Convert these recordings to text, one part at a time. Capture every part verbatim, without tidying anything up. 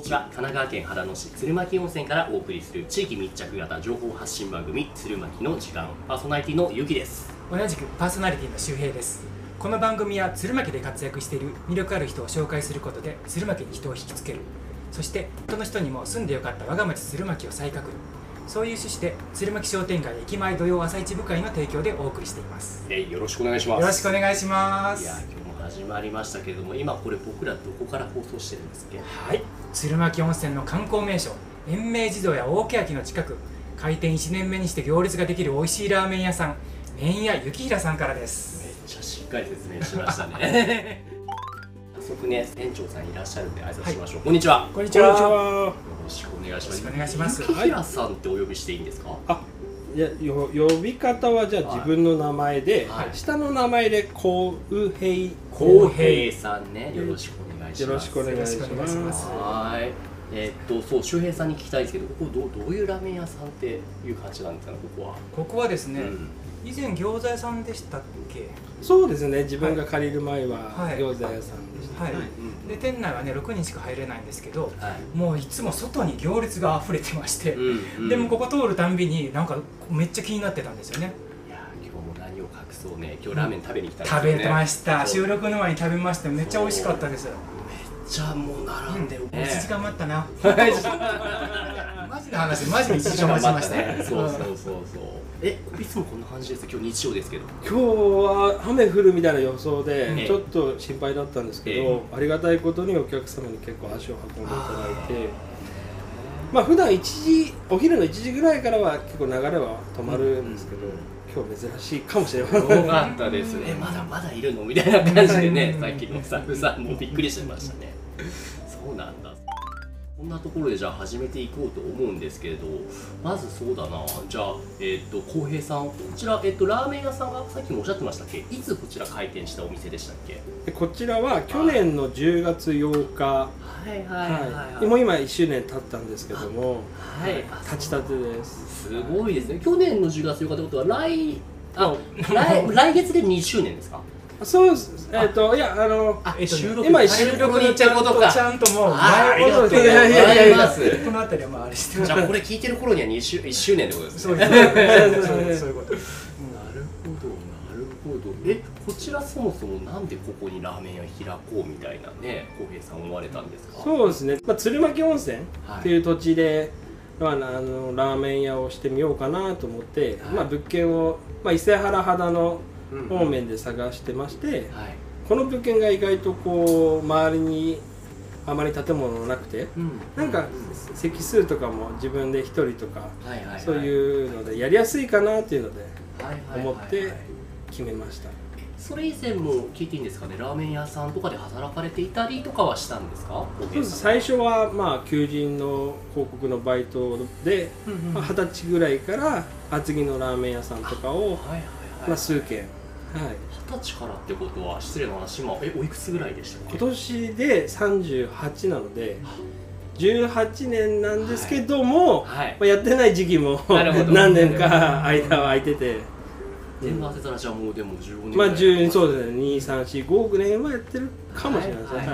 ちは。神奈川県秦野市鶴巻温泉からお送りする地域密着型情報発信番組鶴巻の時間、パーソナリティのゆきです。 同じくパーソナリティの周平です。この番組は鶴巻で活躍している魅力ある人を紹介することで鶴巻に人を引きつける、そして人の人にも住んでよかった我が町鶴巻を再確認、そういう趣旨で鶴巻商店街駅前土曜朝市部会の提供でお送りしています。 えよろしくお願いします。 よろしくお願いします。 いや今日も始まりましたけれども、今これ僕らどこから放送してるんですっけ？ はい、鶴巻温泉の観光名所延命児童や大欅の近く、開店いちねんめにして行列ができる美味しいラーメン屋さん麺屋幸平さんからです。 めっちゃしっかり説明しましたね早速ね、店長さんいらっしゃるんで挨拶しましょう、はい、こんにちは。 こんにちは。 よろしくお願いします。 よろしくお願いします。 幸平さんってお呼びしていいんですか？ あ、いや、よ呼び方はじゃあ自分の名前で、はい、下の名前でこうへいこうへいさんね、よろしくお願いします。 よろしくお願いします。 はい。えー、っとそう周平さんに聞きたいんですけど、ここどうどういうラーメン屋さんっていう感じなんですかね、ここは。 ここはですね、うん、以前餃子屋さんでしたっけ？ そうですね、自分が借りる前は餃子屋さんでした。 はい。はい、で店内はねろくにんしか入れないんですけど、はい、もういつも外に行列が溢れてまして、うんうん、でもここ通るたんびになんかめっちゃ気になってたんですよね。 いや今日も何を隠そうね、今日ラーメン食べに来たんですよね。 食べました。収録の前に食べました。めっちゃ美味しかったです。 じゃあもう並んでるね。 いちじかん待ったな。マジの話、マジでいちじかん待ちましたね。 そうそうそうそう。え、いつもこんな感じです。今日日曜ですけど。 今日は雨降るみたいな予想でちょっと心配だったんですけど、ありがたいことにお客様に結構足を運んでいただいて、まあ普段いちじ、お昼のいちじぐらいからは結構流れは止まるんですけど、今日珍しいかもしれません。 よかったですね。まだまだいるのみたいな感じでね、さっきのスタッフさんもびっくりしてましたね。そうなんだ。こんなところでじゃあ始めていこうと思うんですけれど、まずそうだな、じゃあえっと浩平さん、こちらえっとラーメン屋さんがさっきもおっしゃってましたっけ？いつこちら開店したお店でしたっけ？ こちらは去年のじゅうがつようか、 はいはいはいはい。 もう今いっしゅうねん経ったんですけども、 はい、 立ちたてです。 すごいですね。去年のじゅうがつようかってことは来あ来来月でにしゅうねんですか？ そうです。えっといやあの収録今収録に行っちゃうことか。 ちゃんともうありがとうございます。 このあたりはまああれして。 じゃあこれ聞いてる頃にはに週いっしゅうねんってことですね。 そうですそういうこと。なるほどなるほど。え、こちらそもそもなんでここにラーメン屋開こうみたいなね、浩平さん思われたんですか？ そうですね。まあ鶴巻温泉っていう土地で、まああのラーメン屋をしてみようかなと思って、まあ物件をまあ伊勢原肌の方面で探してまして、この物件が意外とこう周りにあまり建物なくて、なんか席数とかも自分で一人とかそういうのでやりやすいかなっていうので思って決めました。 それ以前も聞いていいんですかね、ラーメン屋さんとかで働かれていたりとかはしたんですか？ そうです。最初はまあ求人の広告のバイトで二十歳ぐらいから厚木のラーメン屋さんとかをまあ数軒。 二十歳からってことは失礼な話、今えおいくつぐらいでしたっけ？ 今年でさんじゅうはちなのでじゅうはちねんなんですけども、はいはい、まあやってない時期も何年か間は空いてて、 全部合わせたらじゃあもうでもじゅうごねんぐまあらい、 じゅうそうですね、に、さん、し、ご、ろくねんはやってるかもしれないですね。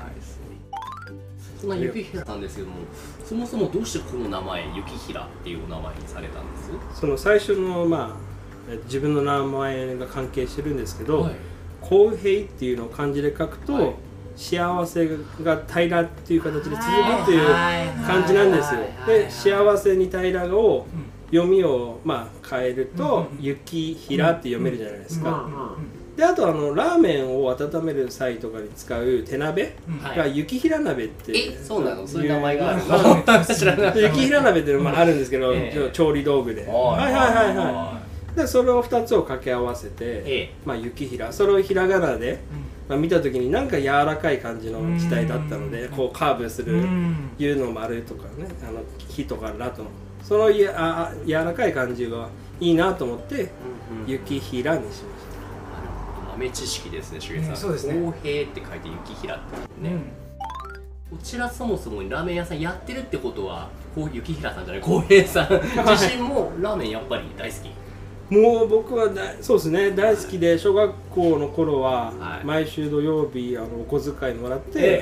そんな幸平さんですけども、そもそもどうしてこの名前幸平っていうお名前にされたんです？ その最初のまあ自分の名前が関係してるんですけど、公平っていうのを漢字で書くと、はい、幸せが平っていう形で続くという感じなんですよ。で幸せに平を読みをまあ変えると幸平って読めるじゃないですか。であとあのラーメンを温める際とかに使う手鍋が幸平鍋っていう、 えそうなの、そういう名前があるの？知らない。 幸平鍋っていうのもあるんですけど、調理道具で。はいはいはいはい。でそれをふたつを掛け合わせて、ええ、まあ幸平、それをひらがなで、うんまあ、見た時になんか柔らかい感じの字体だったので、こうカーブする「ゆ」の丸とかね、あの「ひ」とか「ら」とのそのやあ柔らかい感じがいいなと思って「幸平」にしました。 豆知識ですね、しゅうへいさん。 そうですね。 公平って書いて幸平ってね。こちらそもそもラーメン屋さんやってるってことは、こう幸平さんじゃない、浩平さん自身もラーメンやっぱり大好き？ もう僕はだそうですね、大好きで、小学校の頃は毎週土曜日あのお小遣いもらって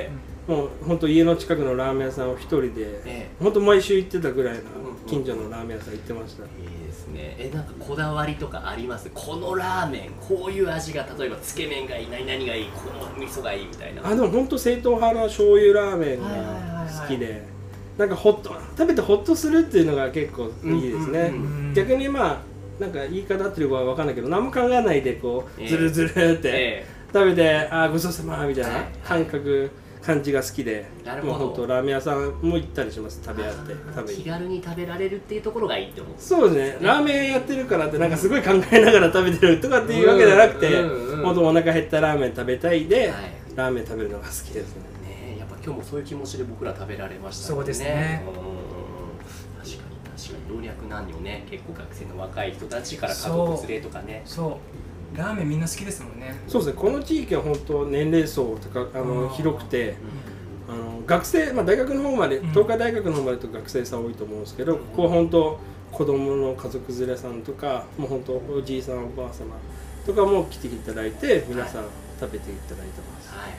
もう本当家の近くのラーメン屋さんを一人で、ええ、本当毎週行ってたぐらいな近所のラーメン屋さん行ってました。いいですね。え、なんかこだわりとかあります？このラーメンこういう味が、例えばつけ麺がいい、何々がいい、この味噌がいいみたいな。 あ、でも本当正統派の醤油ラーメンが好きで、なんかホッと食べてホッとするっていうのが結構いいですね。逆にまあなんか言い方合ってるかは分かんないけど、何も考えないでこう、えー、ズルズルって、えー、食べて、ああごちそうさまみたいな感覚、はいはい、感じが好きで、もう本当ラーメン屋さんも行ったりします。食べ合って食べ気軽に食べられるっていうところがいいって思う。 そうですね。ラーメンやってるからってなんかすごい考えながら食べてるとかっていうわけじゃなくて、本当お腹減ったラーメン食べたいで、はい、ラーメン食べるのが好きですね。 ね、やっぱ今日もそういう気持ちで僕ら食べられましたね。 そうですね。 確かに確かに老若男女ね、結構学生の若い人たちから家族連れとかね。 そう。ラーメンみんな好きですもんね。 そうですね。この地域は本当年齢層とかあの広くて、あの学生、まあ、大学の方まで、東海大学の方までと学生さん多いと思うんですけど、ここは本当子供の家族連れさんとか、もう本当おじいさんおばあ様とかも来ていただいて、皆さん食べていただいてます。 はいはいはい。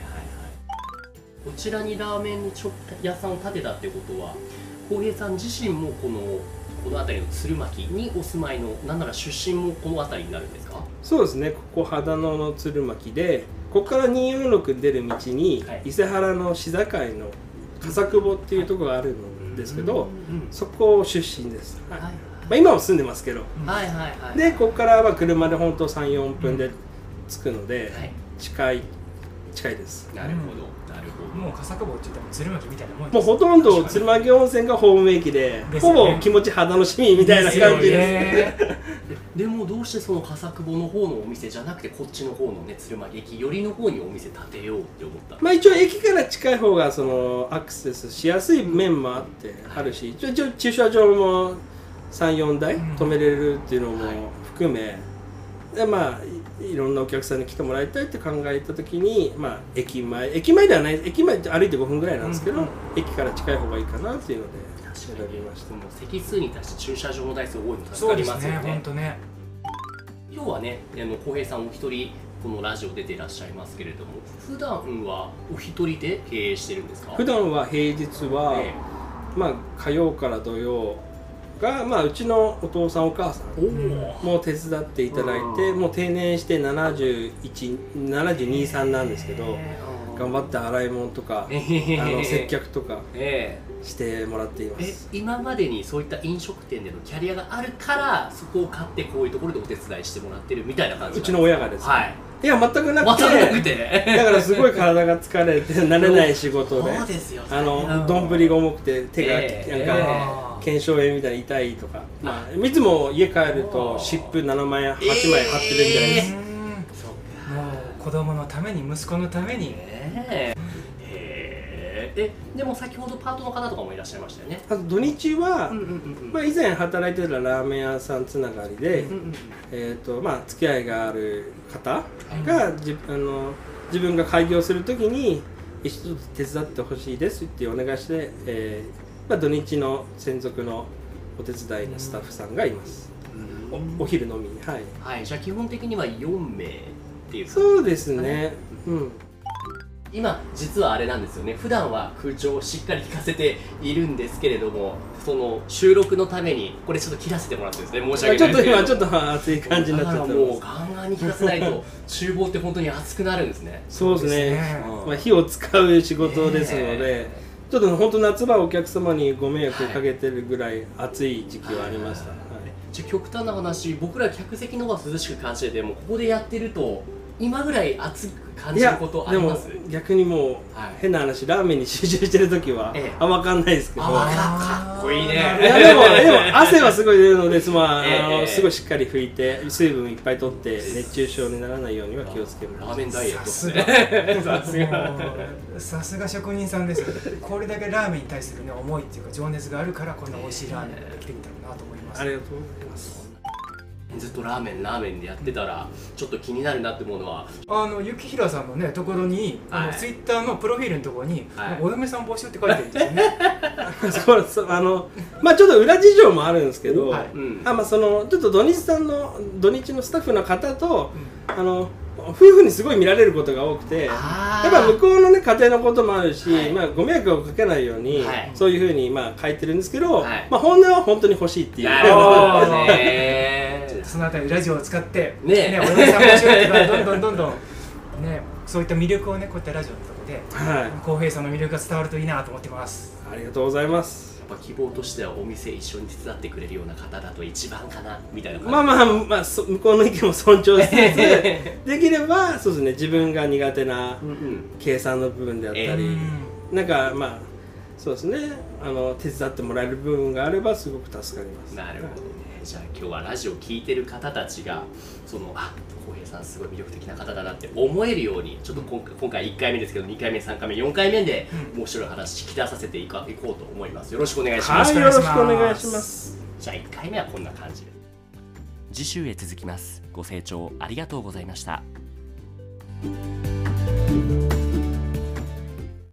こちらにラーメンに屋さんを建てたってことは、浩平さん自身もこのこの辺りの鶴巻にお住まいの、なんなら出身もこの辺りになるんですか？ そうですね。ここ秦野の鶴巻で、ここからにーよんろく出る道に、はい、伊勢原の市境の笠久保っていうところがあるんですけど、そこ出身です。はい、まあ今は住んでますけど、 はいはいはい、 でここからは車で本当さん、よんぷんで着くので、はい、近い近いです。 なるほど。 もう笠久保って言ったら鶴巻みたいなもんです。 もうほとんど鶴巻温泉がホーム駅で、ね、ほぼ気持ち肌の市民みたいな感じです。 でもどうしてその笠久保の方のお店じゃなくてこっちの方のね鶴巻駅寄りの方にお店建てようって思ったんですか？ まあ一応駅から近い方がそのアクセスしやすい面もあってあるし、一応駐車場もさん、よんだい止めれるっていうのも含め、でまあいろんなお客さんに来てもらいたいって考えた時に、まあ駅前駅前ではない、駅前って歩いてごふんぐらいなんですけど、うんうん、駅から近い方がいいかなっていうので選びました。 もう席数に対して駐車場の台数多いの助かりますよね。 本当ね。 今日はね、あの浩平さんお一人このラジオ出ていらっしゃいますけれども、普段はお一人で経営してるんですか？ 普段は平日は、ええ、まあ火曜から土曜が、まあ、うちのお父さんお母さんも手伝っていただいて、もう定年してななじゅういち、ななじゅうに、さんなんですけど、頑張って洗い物とか、あの接客とかしてもらっています。 え今までにそういった飲食店でのキャリアがあるからそこを買ってこういうところでお手伝いしてもらってるみたいな感じ？ うちの親がですね、はい、いや全くなくて、 全くなくてだからすごい体が疲れて慣れない仕事で、 そうですよ、 あの丼が重くて手がなんか、えー腱鞘炎みたいに痛いとか、まあ、いつも家帰ると湿布ななまいはちまい貼ってるみたいです。 もう子供のために息子のために。 ええでも先ほどパートの方とかもいらっしゃいましたよね。 あと土日は以前働いてたラーメン屋さんつながりで、えっとまあ付き合いがある方がじあの自分が開業するときに一度手伝ってほしいですってお願いして、えーまあ、土日の専属のお手伝いのスタッフさんがいます。お, お昼飲みに、はい、 はい、じゃあ基本的にはよんめいっていう。 そうですね。うん。 今実はあれなんですよね。普段は空調をしっかり効かせているんですけれども、その収録のためにこれちょっと切らせてもらってですね。申し訳ないですけど。ちょっと今ちょっと熱い感じになっちゃってます。 もうガンガンに効かせないと厨房って本当に熱くなるんですね。 そうですね。まあ火を使う仕事ですので。ちょっと本当夏場お客様にご迷惑をかけてるぐらい暑い時期はありました。はい、 じゃあ極端な話、僕ら客席の方が涼しく感じててもここでやってると今ぐらい暑く感じることあります？ でも逆にもう、はい、変な話、ラーメンに集中してる時は、ええ、あ分かんないですけど、 かっこいいね。 いやでもでも汗はすごい出るので、まあ、ええ、あのすごいしっかり拭いて水分いっぱい取って熱中症にならないようには気をつけます。 ラーメンダイエットですね。 さすがさすが職人さんです。これだけラーメンに対する、ね、思いっていうか情熱があるからこんな美味しいラーメンができてみたらなと思います。 ありがとうございます。 ずっとラーメンラーメンでやってたらちょっと気になるなって思うのは、 あの雪平さんのねところに、はい、あのツイッターのプロフィールのところに、はい、お嫁さん募集って書いてるんですよね。 そうそう、あのまあちょっと裏事情もあるんですけど、はい、あまあそのちょっと土日さんの土日のスタッフの方と、うん、あの夫婦にすごい見られることが多くて、やっあーぱ向こうのね家庭のこともあるし、 はいまあご迷惑をかけないように、 はいそういうふうにまあ書いてるんですけど、 はいまあ本音は本当に欲しいっていう。 なるほどねそのあたりラジオを使ってねお嫁さんもしようとかどんどんどんどんねそういった魅力をねこういったラジオのとこではい、 浩平さんの魅力が伝わるといいなと思ってます。 ありがとうございます。 やっぱ希望としてはお店一緒に手伝ってくれるような方だと一番かなみたいな感じ。 まあまあまあそ向こうの意見も尊重しつつできればそうですね、自分が苦手なうんうん計算の部分であったり、 えーなんかまあそうですね、あの手伝ってもらえる部分があればすごく助かります。 なるほどね。じゃあ今日はラジオ聞いてる方たちがそのあ浩平さんすごい魅力的な方だなって思えるようにちょっと今回今回いっかいめですけどにかいめさんかいめよんかいめで面白い話引き出させていこうと思います。よろしくお願いします。 はい、よろしくお願いします。 じゃあいっかいめはこんな感じで次週へ続きます。ご清聴ありがとうございました。